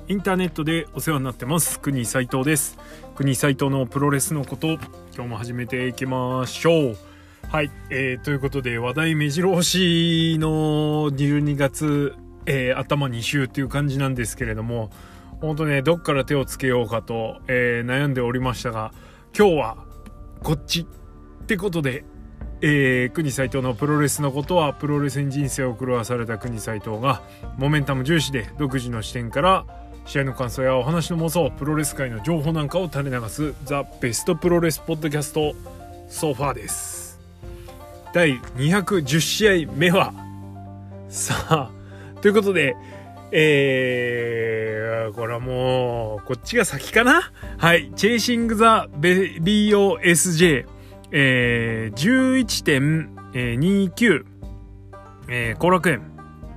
インターネットでお世話になってます国斉藤です。国斉藤のプロレスのこと今日も始めていきましょう。はい、ということで話題目白押しの12月、頭2週っていう感じなんですけれども、本当ねどっから手をつけようかと、悩んでおりましたが、今日はこっちってことで、国斉藤のプロレスのことはプロレスに人生を狂わされた国斉藤がモメンタム重視で独自の視点から試合の感想やお話の妄想、プロレス界の情報なんかを垂れ流すザ・ベストプロレスポッドキャストソファーです。第210試合目はさあということで、これはもうこっちが先かな。はい、チェイシング・ザ・BOSJ、11.29、後楽園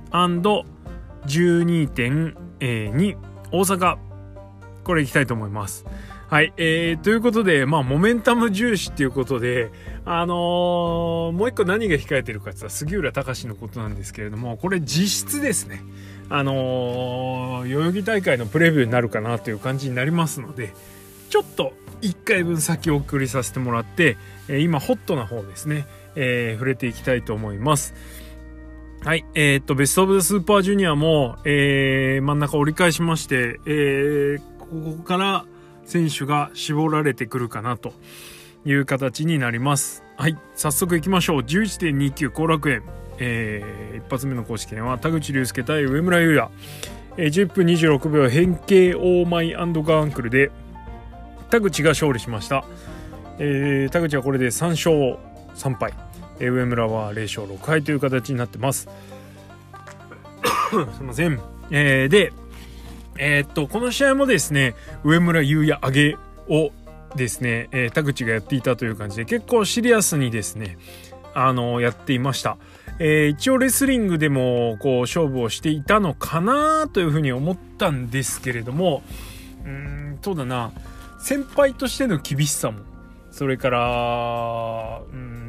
&12.2 大阪、これいきたいと思います。はい、ということで、モメンタム重視っていうことで、もう一個何が控えてるかって言ったら杉浦隆のことなんですけれども、これ実質ですね、代々木大会のプレビューになるかなという感じになりますので、ちょっと1回分先送りさせてもらって、今ホットな方ですね、触れていきたいと思います。はい、ベストオブザスーパージュニアも、真ん中折り返しまして、ここから選手が絞られてくるかなという形になります。はい、早速いきましょう。 11.29 後楽園、一発目の公式戦は田口竜介対上村優也、10分26秒変形オーマイ&ガーアンクルで田口が勝利しました。田口はこれで3勝3敗、上村は0勝6敗という形になってますすいません。でこの試合もですね、上村優也上げをですね、田口がやっていたという感じで、結構シリアスにですねやっていました。一応レスリングでもこう勝負をしていたのかなというふうに思ったんですけれども、そうだな、先輩としての厳しさも、それから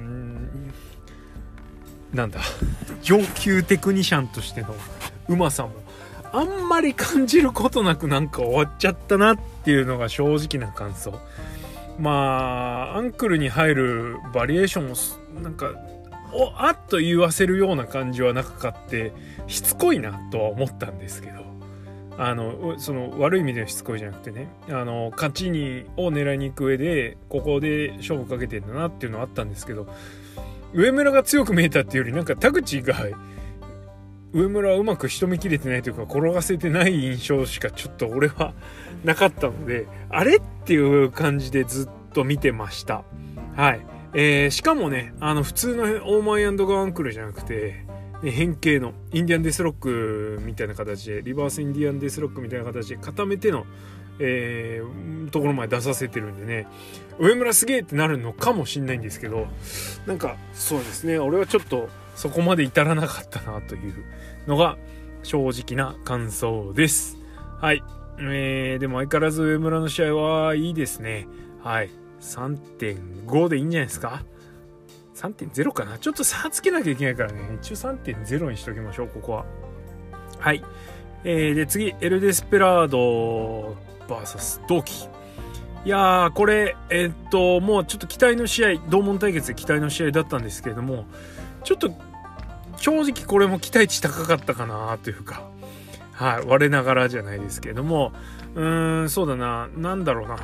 なんだ上級テクニシャンとしてのうまさもあんまり感じることなくなんか終わっちゃったなっていうのが正直な感想。アンクルに入るバリエーションもなんかあっと言わせるような感じはなかってしつこいなとは思ったんですけど、その悪い意味でのしつこいじゃなくてね、勝ちを狙いに行く上でここで勝負かけてんだなっていうのはあったんですけど、上村が強く見えたっていうよりなんか田口が上村はうまく仕留めきれてないというか転がせてない印象しかちょっと俺はなかったので、あれっていう感じでずっと見てました。はい、しかもね普通のオーマイ&ガーアンクルじゃなくて、変形のインディアンデスロックみたいな形で、リバースインディアンデスロックみたいな形で固めての、ところまで出させてるんでね、上村すげえってなるのかもしんないんですけど、なんかそうですね、俺はちょっとそこまで至らなかったなというのが正直な感想です。はい、でも相変わらず上村の試合はいいですね。はい、3.5 でいいんじゃないですか。3.0 かな、ちょっと差つけなきゃいけないからね、一応 3.0 にしときましょう、ここは。はい、で次エル・デスペラード VS 同期。いやーこれもうちょっと期待の試合、同門対決で期待の試合だったんですけれども、ちょっと正直これも期待値高かったかなというか、はい、我ながらじゃないですけれども、そうだな、なんだろうな、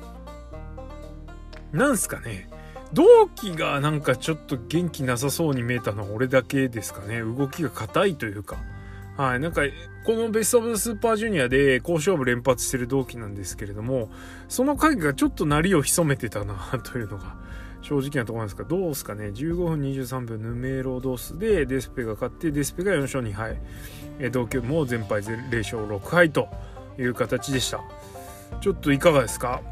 なんすかね、同期がなんかちょっと元気なさそうに見えたのは俺だけですかね。動きが硬いというか、はい、なんかこのベストオブザスーパージュニアで好勝負連発してる同期なんですけれども、その影がちょっと鳴りを潜めてたなというのが正直なところなんですが、どうですかね。15分23秒ヌメロドスでデスペが勝って、デスペが4勝2敗、同級も全敗0勝6敗という形でした。ちょっといかがですか。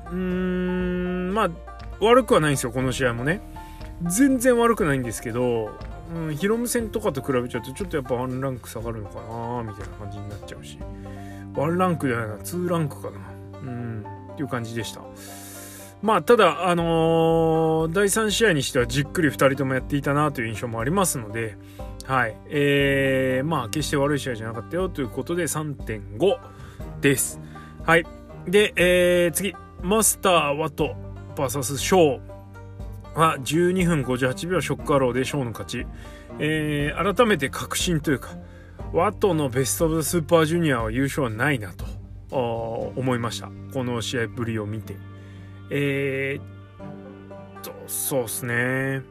悪くはないんですよ、この試合もね。全然悪くないんですけど、ヒロム戦とかと比べちゃうとちょっとやっぱワンランク下がるのかなみたいな感じになっちゃうし、ワンランクじゃないな、ツーランクかなっていう感じでした。ただ第3試合にしてはじっくり2人ともやっていたなという印象もありますので、はい、決して悪い試合じゃなかったよということで 3.5 です。はい。で、次、マスター・ワト VS ショーは12分58秒ショックアローでショーの勝ち。改めて確信というか、ワトのベストオブスーパージュニアは優勝はないなと思いました。この試合ぶりを見て。そうですね。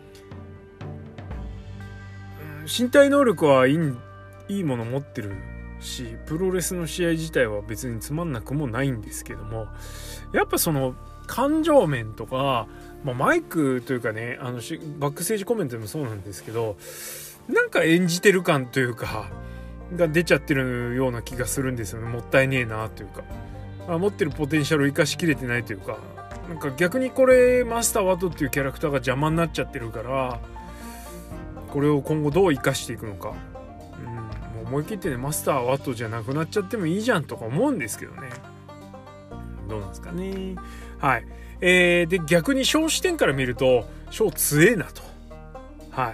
身体能力はいいもの持ってるし、プロレスの試合自体は別につまんなくもないんですけども、やっぱその感情面とか、マイクというかね、バックステージコメントでもそうなんですけど、なんか演じてる感というかが出ちゃってるような気がするんですよね。もったいねえなというか、持ってるポテンシャルを生かしきれてないというか、なんか逆にこれマスター・ワトっていうキャラクターが邪魔になっちゃってるから、これを今後どう生かしていくのか、もう思い切ってね、マスター・ワトじゃなくなっちゃってもいいじゃんとか思うんですけどね。どうなんですかね。はい。で逆にショー視点から見るとショー強えなと。はい。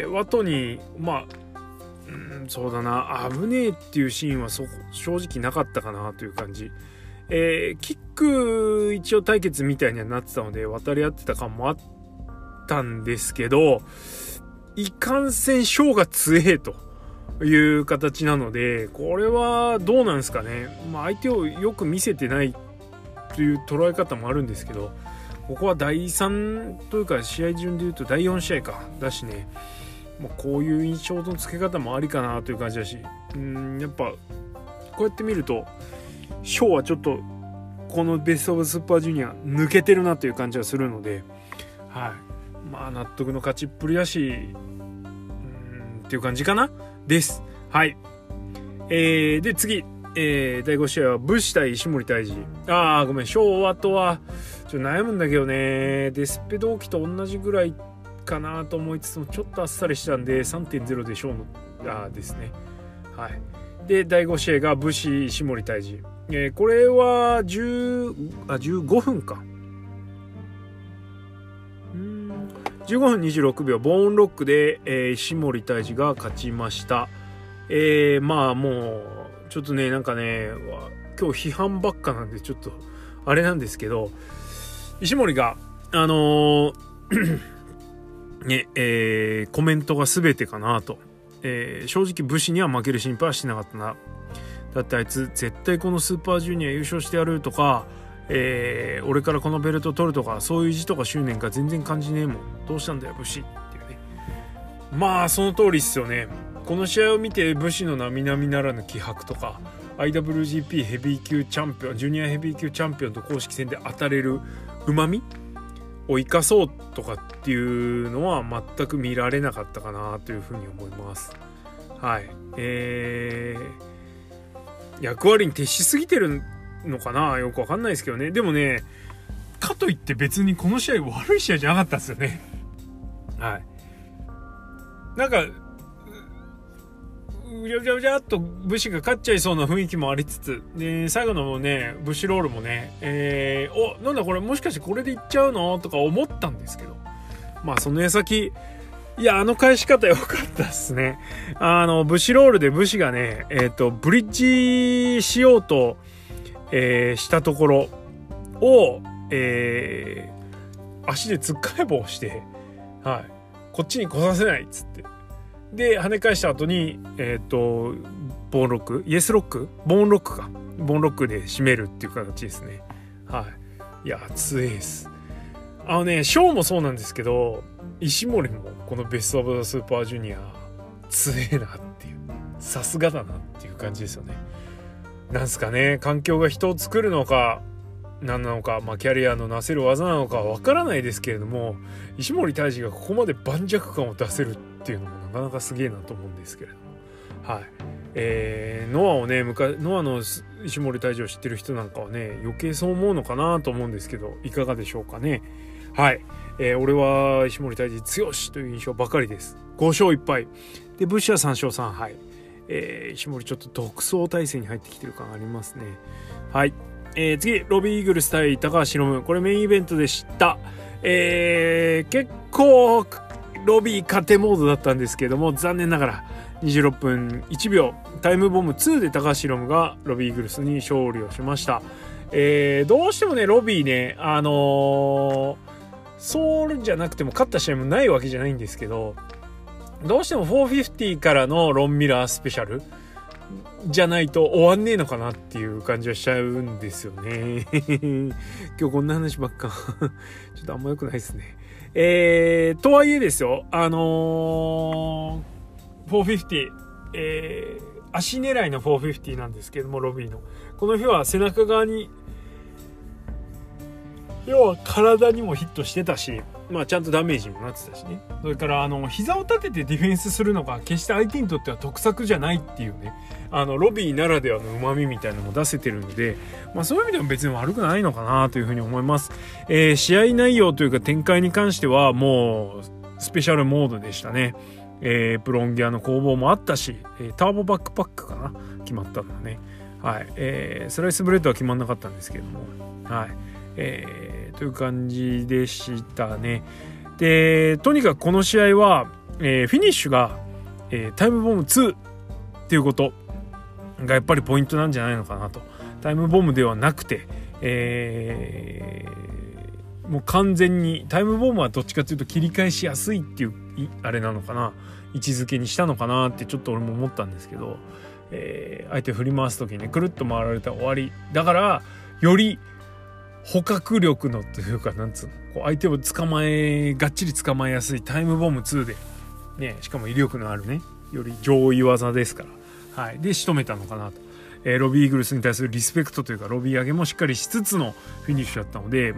ワトにそうだな、危ねえっていうシーンは正直なかったかなという感じ。キック一応対決みたいにはなってたので渡り合ってた感もあったんですけど、いかんせんショーが強えという形なので、これはどうなんですかね。相手をよく見せてないという捉え方もあるんですけど、ここは第3というか試合順でいうと第4試合かだしね、こういう印象の付け方もありかなという感じだし、やっぱこうやって見るとショーはちょっとこのベストオブスーパージュニア抜けてるなという感じはするので、はい、納得の勝ちっぷりだし、っていう感じかなです。はい。で次、第5試合はブシ対石森泰治。ごめん、ショーワトはちょっと悩むんだけどね、デスペ同期と同じぐらいかなと思いつつもちょっとあっさりしたんで 3.0 でショーのですね。はい。で第5試合がブシ石森泰治。これは15分か。15分26秒ボーンロックで、石森泰治が勝ちました。もうちょっとね、なんかね、今日批判ばっかなんでちょっとあれなんですけど、石森がね、コメントが全てかなと、正直武士には負ける心配はしなかったな。だってあいつ絶対このスーパージュニア優勝してやるとか、俺からこのベルト取るとか、そういう意地とか執念が全然感じねえもん。どうしたんだよ武士っていうね。その通りっすよね。この試合を見て武士の並々ならぬ気迫とか、 IWGP ヘビー級チャンピオン、ジュニアヘビー級チャンピオンと公式戦で当たれる旨味を生かそうとかっていうのは全く見られなかったかなというふうに思います。はい。役割に徹しすぎてるのかな、よくわかんないですけどね。でもね、かといって別にこの試合悪い試合じゃなかったですよね。はい。なんかうじゃうじゃうじゃっと武士が勝っちゃいそうな雰囲気もありつつ、で最後のね武士ロールもね、なんだこれ、もしかしてこれでいっちゃうのとか思ったんですけど、その矢先、いや返し方良かったですね。武士ロールで武士がね、ブリッジしようと、したところを、足でつっかえ棒をして、はい、こっちに来させないっつって、で跳ね返した後にボーンロック、イエスロック、ボーンロックか、ボーンロックで締めるっていう形ですね。はい。いや強いです。ショーもそうなんですけど、石森もこのベストオブザスーパージュニア強えなっていう、さすがだなっていう感じですよね。なんすかね、環境が人を作るのか何なのか、キャリアのなせる技なのかわからないですけれども、石森泰治がここまで盤石感を出せるっていうのもなかなかすげえなと思うんですけれども、はい。ノアをね、ノアの石森泰治を知ってる人なんかはね、余計そう思うのかなと思うんですけど、いかがでしょうかね。はい。俺は石森泰治強しという印象ばかりです。5勝1敗でブッシュは3勝3敗。石森ちょっと独走体制に入ってきてる感ありますね。はい。次ロビーイーグルス対高橋宏夢、これメインイベントでした。結構ロビー勝てモードだったんですけれども、残念ながら 26分1秒タイムボム2で高橋宏夢がロビーイーグルスに勝利をしました。どうしてもねロビーねそうじゃなくても勝った試合もないわけじゃないんですけど、どうしても450からのロンミラースペシャルじゃないと終わんねえのかなっていう感じはしちゃうんですよね今日こんな話ばっかちょっとあんま良くないですね。とはいえですよ450、足狙いの450なんですけども、ロビーのこの日は背中側に要は体にもヒットしてたし、ちゃんとダメージにもなってたしね。それから膝を立ててディフェンスするのが決して相手にとっては得策じゃないっていうね、ロビーならではの旨味みたいなのも出せてるので、そういう意味でも別に悪くないのかなというふうに思います。試合内容というか展開に関してはもうスペシャルモードでしたね。プロンギアの攻防もあったし、ターボバックパックかな決まったのはね、はい。スライスブレッドは決まんなかったんですけども、はい。という感じでしたね。でとにかくこの試合は、フィニッシュが、タイムボム2っていうことがやっぱりポイントなんじゃないのかなと。タイムボムではなくて、もう完全にタイムボムはどっちかというと切り返しやすいっていうあれなのかな、位置づけにしたのかなってちょっと俺も思ったんですけど、相手振り回す時にねくるっと回られたら終わりだから、より捕獲力のというかなんつうの、こう相手をがっちり捕まえやすいタイムボム2で、ね、しかも威力のあるねより上位技ですから、はい、で仕留めたのかなと。ロビーイーグルスに対するリスペクトというかロビー上げもしっかりしつつのフィニッシュだったので、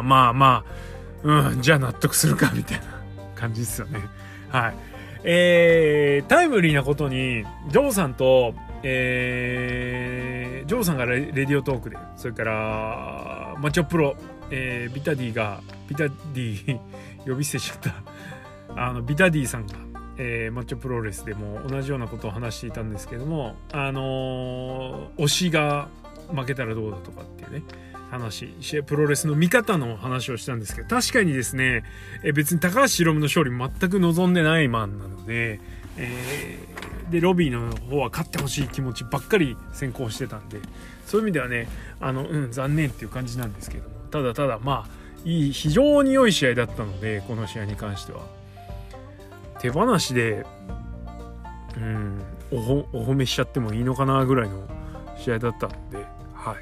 じゃあ納得するかみたいな感じですよね。はい。タイムリーなことにジョーさんと、ジョーさんがレディオトークで、それからマチョプロ、ビタディ呼び捨てしちゃったビタディさんが、マッチョプロレスでも同じようなことを話していたんですけども、推しが負けたらどうだとかっていうね話、プロレスの見方の話をしたんですけど、確かにですね、別に高橋宏夢の勝利全く望んでないマンなので、でロビーの方は勝ってほしい気持ちばっかり先行してたんで、そういう意味ではね残念っていう感じなんですけども、ただ非常に良い試合だったので、この試合に関しては手放しでお褒めしちゃってもいいのかなぐらいの試合だったので、はい、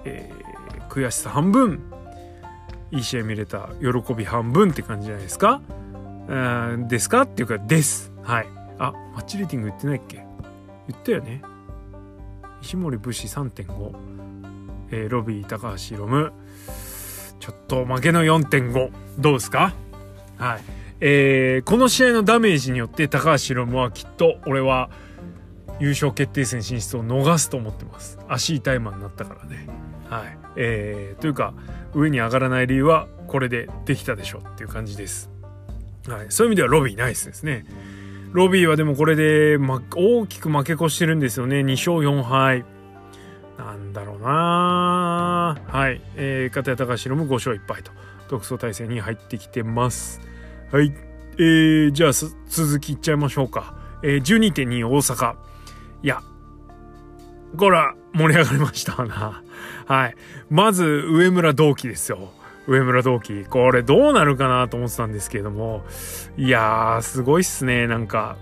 悔しさ半分いい試合見れた喜び半分って感じじゃないですか。ですかっていうかです。はい。マッチレーティング言ってないっけ？言ったよね。石森武士 3.5、ロビー高橋宏夢ちょっと負けの 4.5 どうですか？はい。この試合のダメージによって高橋宏夢はきっと俺は優勝決定戦進出を逃すと思ってます。足痛いマンになったからね。はい。というか上に上がらない理由はこれでできたでしょっていう感じです。はい。そういう意味ではロビーナイスですね。ロビーはでもこれで、大きく負け越してるんですよね。2勝4敗。なんだろうな。はい。片谷高橋宏夢5勝1敗と独走体制に入ってきてます。はい。じゃあ続きいっちゃいましょうか。12.2 大阪。いや、これは盛り上がりましたな。はい。まず上村同期ですよ。上村同期。これどうなるかなと思ってたんですけれども、いやーすごいっすね。なんか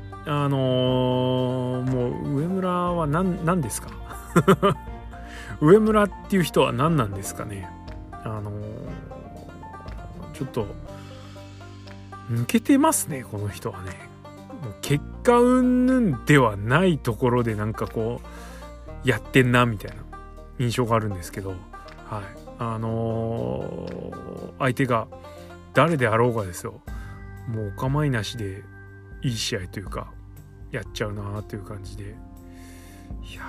もう上村は何ですか上村っていう人は何なんですかね。ちょっと抜けてますね、この人はね。もう結果云々ではないところでなんかこうやってんなみたいな印象があるんですけど、はい。相手が誰であろうがですよ、もうお構いなしでいい試合というかやっちゃうなという感じで、いや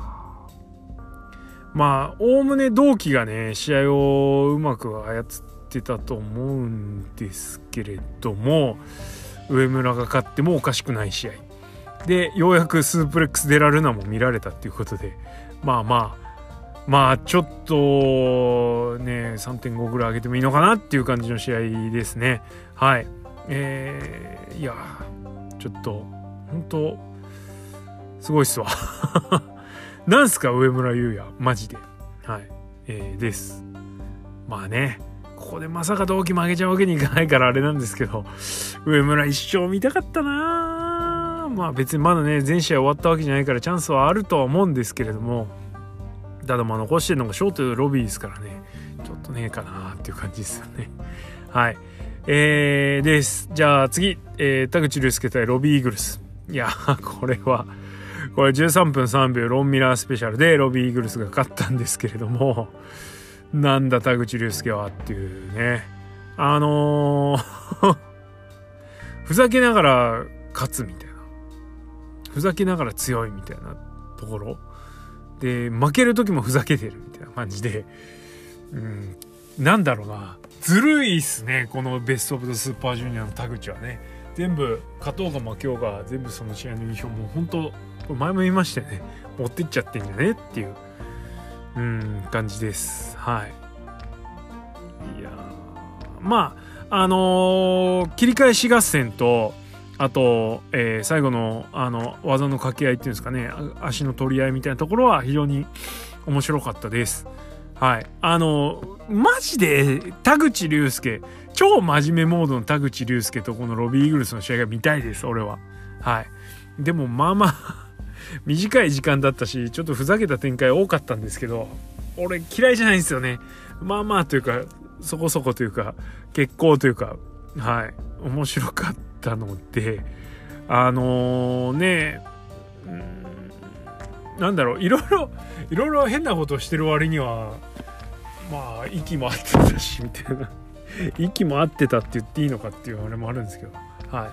おおむね同期がね試合をうまく操ってたと思うんですけれども、上村が勝ってもおかしくない試合で、ようやくスープレックスデラルナも見られたっていうことで、ちょっとね 3.5 ぐらい上げてもいいのかなっていう感じの試合ですね。はい。いやちょっと本当すごいっすわ。なんすか上村優也マジで。はい、です。まあね、ここでまさか同期負けちゃうわけにいかないからあれなんですけど、上村一生見たかったな。まあ別にまだね全試合終わったわけじゃないからチャンスはあるとは思うんですけれども、ただまあ残してるのがショートロビーですからね、ちょっとねえかなっていう感じですよね。はい、です。じゃあ次、田口竜介対ロビーイーグルス。いやこれ13分3秒ロンミラースペシャルでロビーイーグルスが勝ったんですけれども、なんだ田口竜介はっていうね、ふざけながら勝つみたいな、ふざけながら強いみたいなところで、負ける時もふざけてるみたいな感じで、なんだろうな、ずるいっすね、このベストオブザスーパージュニアの田口はね。全部勝とうが負けようが全部その試合の印象も本当前も言いましたよね、持ってっちゃってんじゃねっていう感じです。はい。いやまあ切り返し合戦と、あと、最後の技の掛け合いっていうんですかね、足の取り合いみたいなところは非常に面白かったです。はい。マジで田口竜介、超真面目モードの田口竜介とこのロビーイーグルスの試合が見たいです、俺は。はい。でもまあまあ短い時間だったし、ちょっとふざけた展開多かったんですけど、俺嫌いじゃないんですよね。まあまあというか、そこそこというか、結構というか、はい。面白かったので、なんだろう、いろいろ変なことをしてる割には、まあ息も合ってたしみたいな息も合ってたって言っていいのかっていうあれもあるんですけど、はい、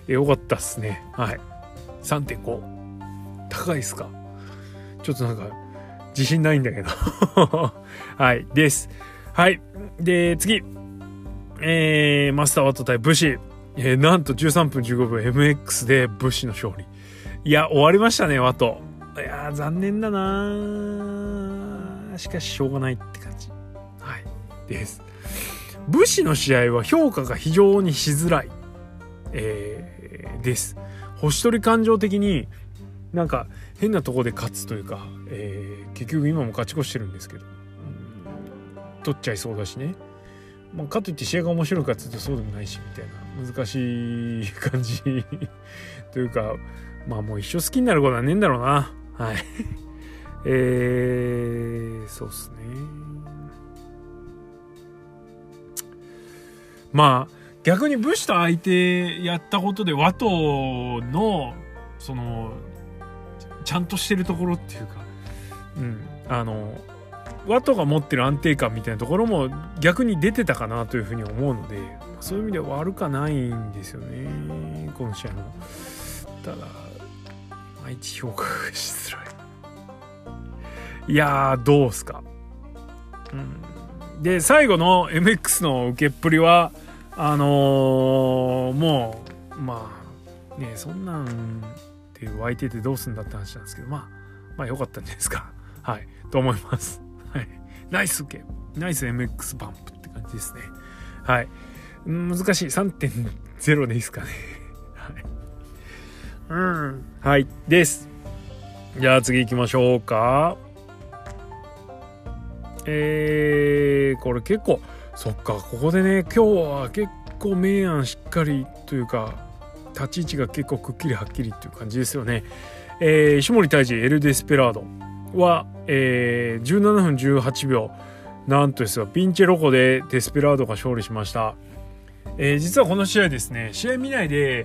よかったっすね。はい、3.5 高いっすか？ちょっとなんか自信ないんだけどはいです。はい、で次、マスターワット対武士、なんと13分15秒 MX で武士の勝利。いや終わりましたね、ワト。いや残念だな、しかししょうがないって感じ。はいです。武士の試合は評価が非常にしづらい、です。星取り感情的になんか変なとこで勝つというか、結局今も勝ち越してるんですけど、取っちゃいそうだしね、まあ、かといって試合が面白いかっつうとそうでもないしみたいな難しい感じというか、まあもう一生好きになることはねえんだろうな。はい。そうっすね。まあ逆に武士と相手やったことでワトのそのちゃんとしてるところっていうか、ワトが持ってる安定感みたいなところも逆に出てたかなというふうに思うので、そういう意味では悪かないんですよね、この試合も。ただ毎日評価がしづらい。いやーどうすか。で最後の MX の受けっぷりはもうまあね、そんなんで湧いててどうすんだって話なんですけど、まあ良かったんじゃないですか。はいと思います。はい、ナイス受け、ナイス MX バンプって感じですね。はい、難しい。 3.0 でいいですかね。はい、はいです。じゃあ次行きましょうか。これ結構そっか、ここでね今日は結構明暗しっかりというか立ち位置が結構くっきりはっきりっていう感じですよね。石森泰治エル・デスペラードは、17分18秒、なんとですがピンチェロコでデスペラードが勝利しました。実はこの試合ですね、試合見ないで、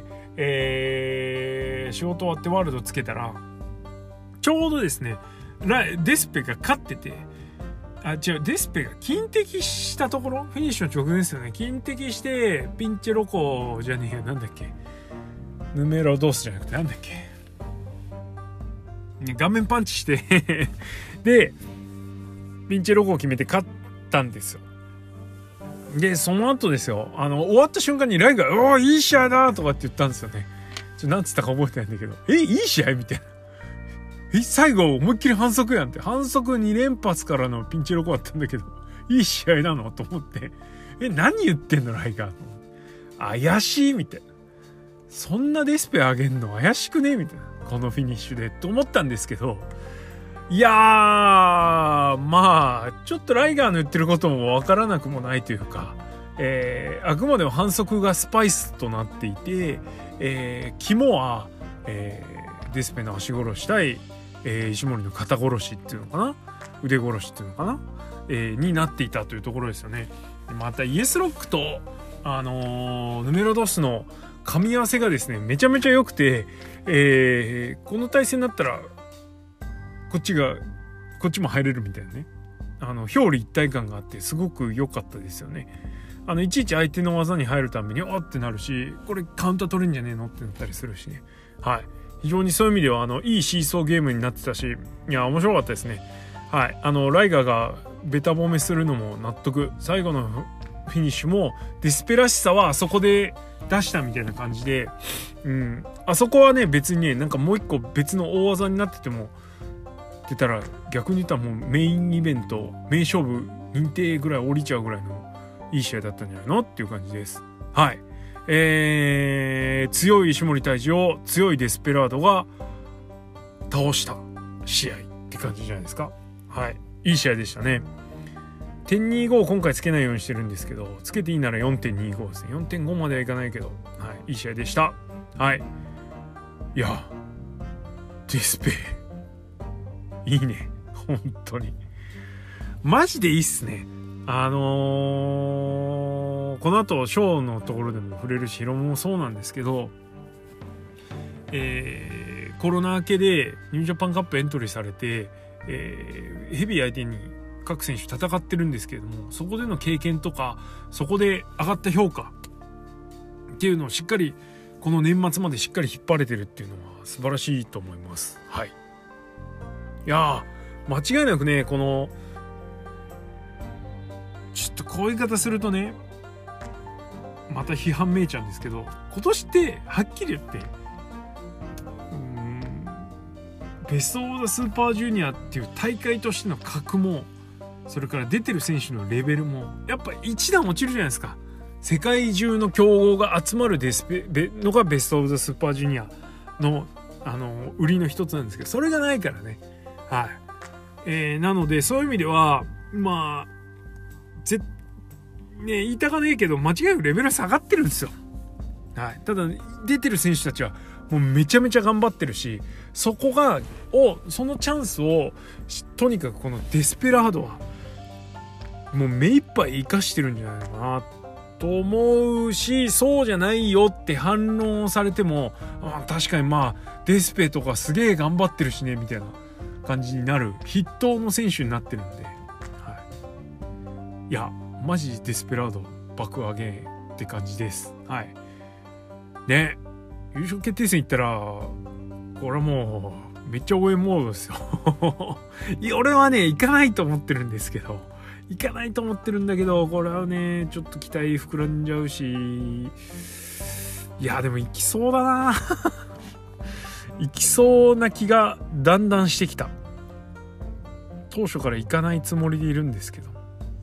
仕事終わってワールドつけたらちょうどですねデスペが勝ってて、デスペが金敵したところ、フィニッシュの直前ですよね。金敵してピンチェロコじゃねえよ、なんだっけ、ヌメロドースじゃなくてなんだっけ、顔面パンチしてでピンチェロコを決めて勝ったんですよ。でその後ですよ、終わった瞬間にライが「おーいい試合だ!」とかって言ったんですよね。なんつったか覚えてないんだけど、いい試合みたいな。最後思いっきり反則やんって、反則2連発からのピンチロコだったんだけどいい試合なのと思って、何言ってんのライガー、怪しいみたいな。 そんなデスペ上げんの怪しくねみたいな、このフィニッシュでと思ったんですけど、いやー、まあちょっとライガーの言ってることもわからなくもないというか、あくまでも反則がスパイスとなっていて、肝は、デスペの足殺し対、石森の肩殺しっていうのかな、腕殺しっていうのかな、になっていたというところですよね。またイエスロックと、ヌメロドスの噛み合わせがですねめちゃめちゃ良くて、この対戦だったらこっちも入れるみたいなね、表裏一体感があってすごく良かったですよね。いちいち相手の技に入るためにおってなるし、これカウンター取れんじゃねえのってなったりするしね。はい、非常にそういう意味ではいいシーソーゲームになってたし、いや面白かったですね。はい、ライガーがベタ褒めするのも納得。最後のフィニッシュもデスペらしさはあそこで出したみたいな感じで、あそこはね別にねなんかもう一個別の大技になってても出たら逆に言ったらもうメインイベント名勝負認定ぐらい降りちゃうぐらいのいい試合だったんじゃないのっていう感じです。はい、強い石森泰治を強いデスペラードが倒した試合って感じじゃないですか。はい、いい試合でしたね。.25 今回つけないようにしてるんですけど、つけていいなら 4.25 ですね。 4.5 まではいかないけど、はい、いい試合でした。はい、いやデスペいいね、本当にマジでいいっすね。この後ショーのところでも触れるし、ヒロムもそうなんですけど、コロナ明けでニュージャパンカップエントリーされて、ヘビー相手に各選手戦ってるんですけれども、そこでの経験とかそこで上がった評価っていうのをしっかりこの年末までしっかり引っ張れてるっていうのは素晴らしいと思います。はい、いや間違いなくね、このちょっとこういう言い方するとねまた批判めいちゃうんですけど、今年ってはっきり言ってベストオブザスーパージュニアっていう大会としての格も、それから出てる選手のレベルもやっぱ一段落ちるじゃないですか。世界中の強豪が集まるのがベストオブザスーパージュニアの売りの一つなんですけど、それがないからね。はい、なのでそういう意味ではまあ言いたかねえけど間違いなくレベルは下がってるんですよ。はい、ただ出てる選手たちはもうめちゃめちゃ頑張ってるし、そのチャンスをとにかくこのデスペラードはもう目いっぱい生かしてるんじゃないのかなと思うし、そうじゃないよって反論をされても、確かにまあデスペとかすげえ頑張ってるしねみたいな感じになる筆頭の選手になってるんで、はい、いやマジデスペラード爆上げって感じです。はい、ね、優勝決定戦行ったらこれはもうめっちゃ応援モードですよいや俺はね行かないと思ってるんですけど、これはねちょっと期待膨らんじゃうし、いやでも行きそうだな行きそうな気がだんだんしてきた。当初から行かないつもりでいるんですけど、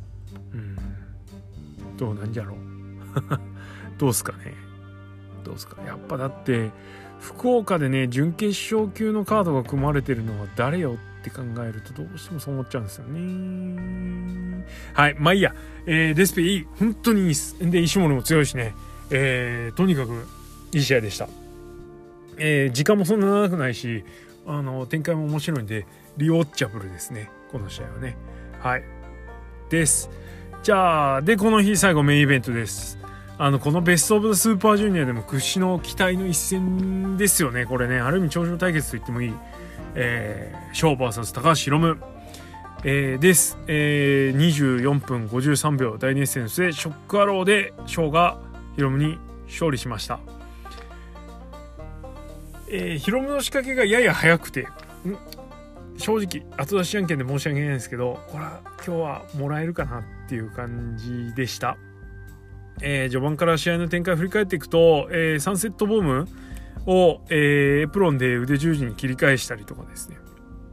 どうなんじゃろうどうすかね。やっぱだって福岡でね準決勝級のカードが組まれてるのは誰よって考えるとどうしてもそう思っちゃうんですよね。はい、まあいいや、デスペいい、本当にいいっす。で石森も強いしね、とにかくいい試合でした。時間もそんな長くないし展開も面白いんでリウォッチャブルですね、この試合はね。はいです。じゃあでこの日最後メインイベントです。このベストオブザスーパージュニアでも屈指の期待の一戦ですよね。これねある意味頂上対決と言ってもいい、ショー VS 高橋ヒロム、です。24分53秒大熱戦でショックアローでショーがヒロムに勝利しました。ヒロムの仕掛けがやや早くて正直後出しじゃんけんで申し訳ないんですけど、これは今日はもらえるかなっていう感じでした。序盤から試合の展開を振り返っていくと、サンセットボムを、エプロンで腕十字に切り返したりとかですね、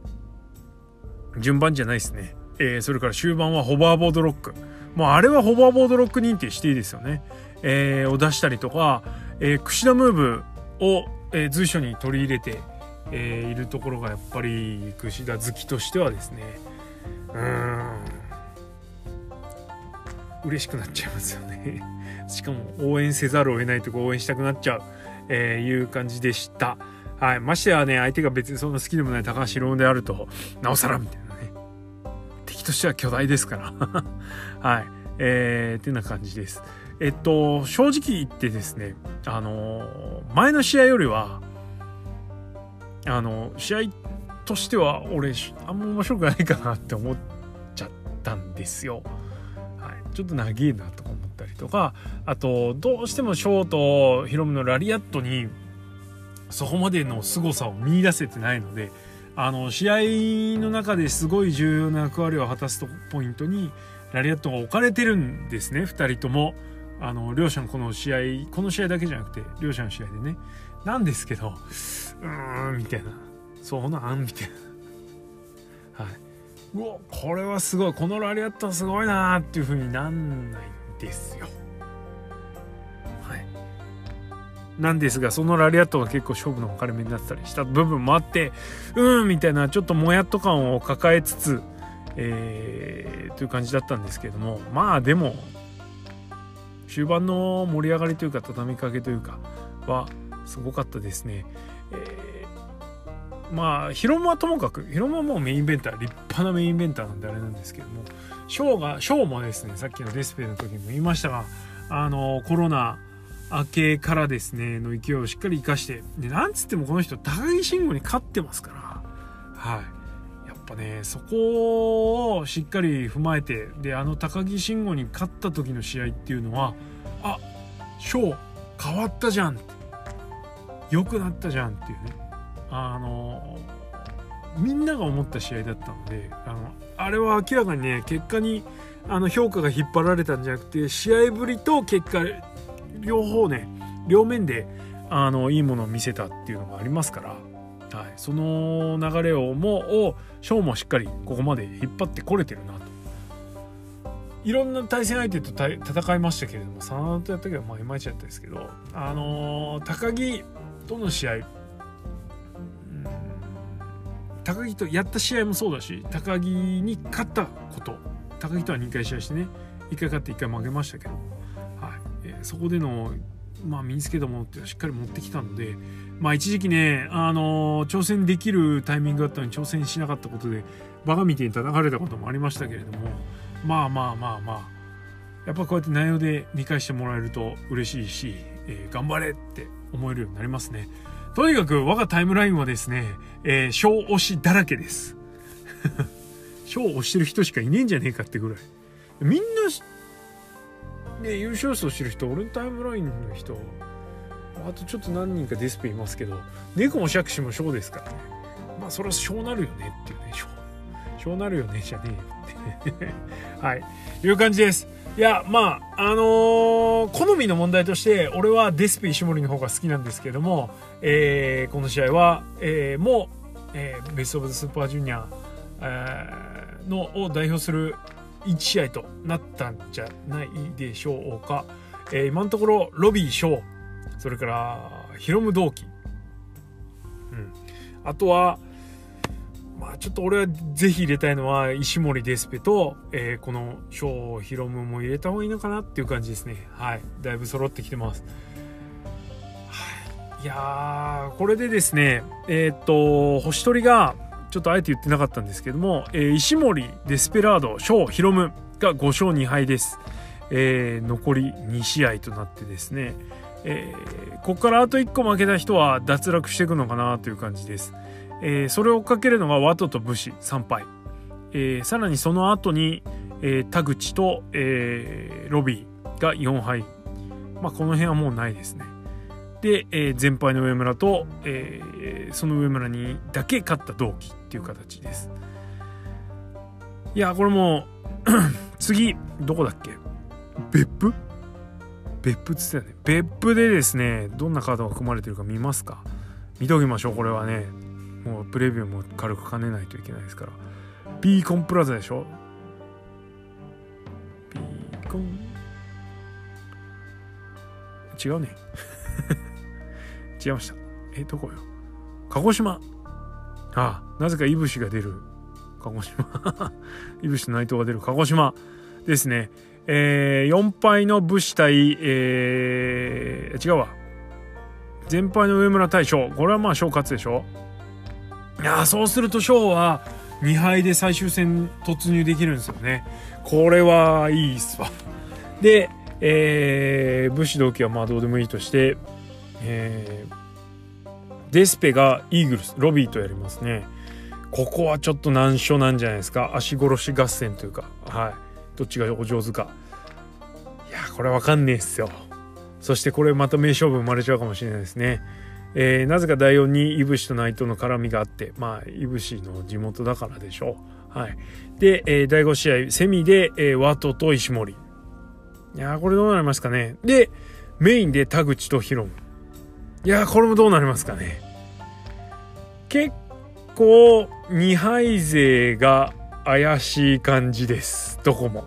順番じゃないですね。それから終盤はホバーボードロック、もうあれはホバーボードロック認定していいですよね。を出したりとか、 櫛田ムーブを、随所に取り入れて、いるところがやっぱり櫛田好きとしてはですね、嬉しくなっちゃいますよね。しかも応援せざるを得ないとこ応援したくなっちゃう、いう感じでした。はい、ましてやね、相手が別にそんな好きでもない高橋宏夢であるとなおさらみたいなね、敵としては巨大ですからはい、ってな感じです。正直言ってですね、前の試合よりは試合としては俺あんま面白くないかなって思っちゃったんですよ。はい、ちょっと長えなとか思ったりとか、あとどうしてもショーとヒロムのラリアットにそこまでの凄さを見出せてないので、試合の中ですごい重要な役割を果たすポイントにラリアットが置かれてるんですね、2人とも。両者のこの試合だけじゃなくて両者の試合でね、なんですけどみたいな、そうなんみたいな、はい、うわこれはすごい、このラリアットはすごいなっていう風になんないんですよ。はい、なんですが、そのラリアットが結構勝負の分かれ目になったりした部分もあって、みたいなちょっともやっと感を抱えつつ、という感じだったんですけれども、まあでも終盤の盛り上がりというか畳みかけというかはすごかったですね。まあヒロムはともかく、ヒロムはもうメインイベンター、立派なメインイベンターなんであれなんですけども、ショーもですね、さっきのデスペイの時にも言いましたが、コロナ明けからですねの勢いをしっかり生かして、でなんつってもこの人高木慎吾に勝ってますから、はい、やっぱねそこをしっかり踏まえて、で高木慎吾に勝った時の試合っていうのは、ショー変わったじゃん、良くなったじゃんっていうね、みんなが思った試合だったので、あれは明らかにね結果に評価が引っ張られたんじゃなくて、試合ぶりと結果両方ね、両面でいいものを見せたっていうのがありますから、はい、その流れをショーもしっかりここまで引っ張ってこれてるなと。いろんな対戦相手と戦いましたけれども、3とやったけどいまいちだったですけど、高木との試合、高木とやった試合もそうだし、高木に勝ったこと、高木とは2回試合してね、1回勝って1回負けましたけど、はい、そこでの、身につけたものってしっかり持ってきたので、一時期ね、挑戦できるタイミングだったのに挑戦しなかったことでバカみたいに叩かれたこともありましたけれども、やっぱこうやって内容で理解してもらえると嬉しいし、頑張れって思えるようになりますね。とにかく我がタイムラインはですね、賞推しだらけです賞推してる人しかいねえんじゃねえかってぐらい、みんな、優勝予想してる人、俺のタイムラインの人、あとちょっと何人かデスペいますけど、猫も杓子も賞ですからね。それは賞なるよねっていうね、賞なるよねじゃねえよってはいいう感じです。いや好みの問題として俺はデスペ石森の方が好きなんですけども、この試合は、ベストオブザスーパージュニア、を代表する1試合となったんじゃないでしょうか。今のところロビー翔、それからヒロム同期、あとはちょっと俺はぜひ入れたいのは石森デスペと、この翔ヒロムも入れた方がいいのかなっていう感じですね。はい、だいぶ揃ってきてます。はい、いやこれでですね、星取りがちょっとあえて言ってなかったんですけども、石森デスペラード翔ヒロムが5勝2敗です。残り2試合となってですね、ここからあと1個負けた人は脱落していくのかなという感じです。それを追っかけるのがワトと武士3敗、さらにその後に、田口と、ロビーが4敗、この辺はもうないですね。で、全敗の上村と、その上村にだけ勝った同期っていう形です。いやこれも次どこだっけ、別府っつったよね。別府でですね、どんなカードが組まれてるか見ますか。見ときましょう。これはね、もうプレビューも軽く兼ねないといけないですから。ビーコンプラザでしょ。ビーコン違うね違いました。どこよ。鹿児島。なぜかいぶしが出る鹿児島いぶしと内藤が出る鹿児島ですね。4敗の武士対、違うわ。全敗の上村対翔。これはまあ翔勝つでしょ。いやそうすると翔は2敗で最終戦突入できるんですよね。これはいいっすわ。で、武士同期はまあどうでもいいとして、デスペがイーグルスロビーとやりますね。ここはちょっと難所なんじゃないですか。足殺し合戦というか、どっちがお上手か。いやこれわかんねえっすよ。そしてこれまた名勝負生まれちゃうかもしれないですね。なぜか第4にいぶしと内藤の絡みがあって、まあいぶしの地元だからでしょう。で、第5試合セミで、ワトと石森。いやこれどうなりますかね。でメインで田口とヒロム。いやこれもどうなりますかね。結構2敗勢が怪しい感じです。どこも。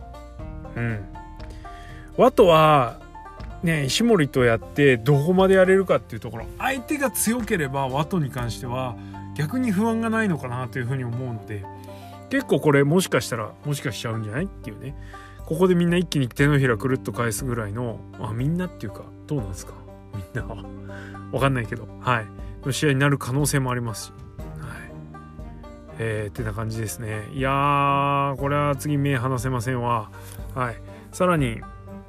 ワトはね石森とやってどこまでやれるかっていうところ。相手が強ければワトに関しては逆に不安がないのかなというふうに思うので、結構これもしかしちゃうんじゃないっていうね。ここでみんな一気に手のひらくるっと返すぐらいの、みんなっていうかどうなんですかみんなはわかんないけどの試合になる可能性もありますし、ってな感じですね。いやーこれは次目離せませんわ。さらに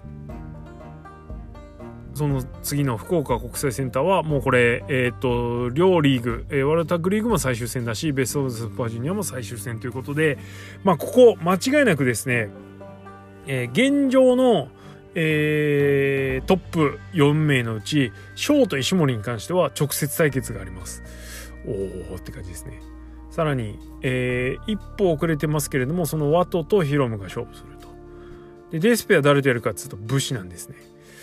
その次の福岡国際センターはもうこれ両リーグ、ワールドタッグリーグも最終戦だし、ベストオブスーパージュニアも最終戦ということで、ここ間違いなくですね、現状の、トップ4名のうち翔と石森に関しては直接対決があります。おーって感じですね。さらに、一歩遅れてますけれども、そのワトとヒロムが勝負すると。でデスペは誰とやるかっていうと武士なんですね。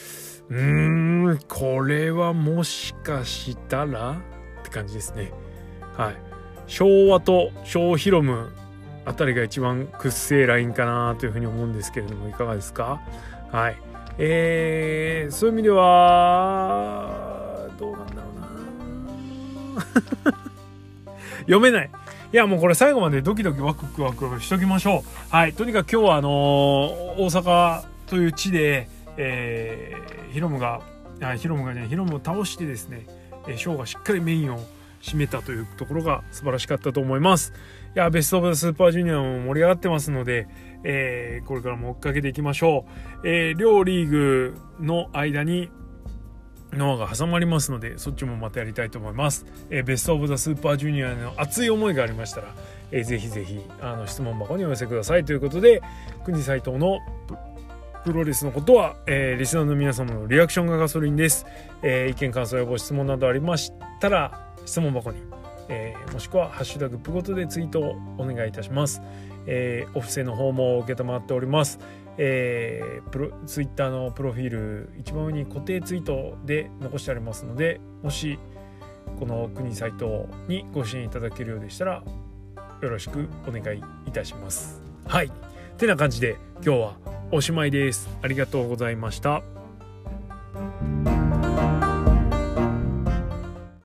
これはもしかしたらって感じですね。昭和と小ヒロムあたりが一番くっせえラインかなというふうに思うんですけれども、いかがですか。そういう意味ではどうなんだろうな読めない。いやもうこれ最後までドキドキワクワクしときましょう。とにかく今日は大阪という地でヒロムを倒してですね、ショーがしっかりメインを占めたというところが素晴らしかったと思います。いやベストオブスーパージュニアも盛り上がってますので、これからも追っかけていきましょう。両リーグの間にノアが挟まりますので、そっちもまたやりたいと思います。ベストオブザスーパージュニアの熱い思いがありましたら、ぜひぜひ質問箱にお寄せくださいということで、国斉藤のプロレスのことは、リスナーの皆様のリアクションがガソリンです。意見感想やご質問などありましたら質問箱に、もしくはハッシュタグプごとでツイートをお願いいたします。お布施の方も承っております。ツイッターのプロフィール一番上に固定ツイートで残してありますので、もしこの国斉藤にご支援いただけるようでしたらよろしくお願いいたします。てな感じで今日はおしまいです。ありがとうございました。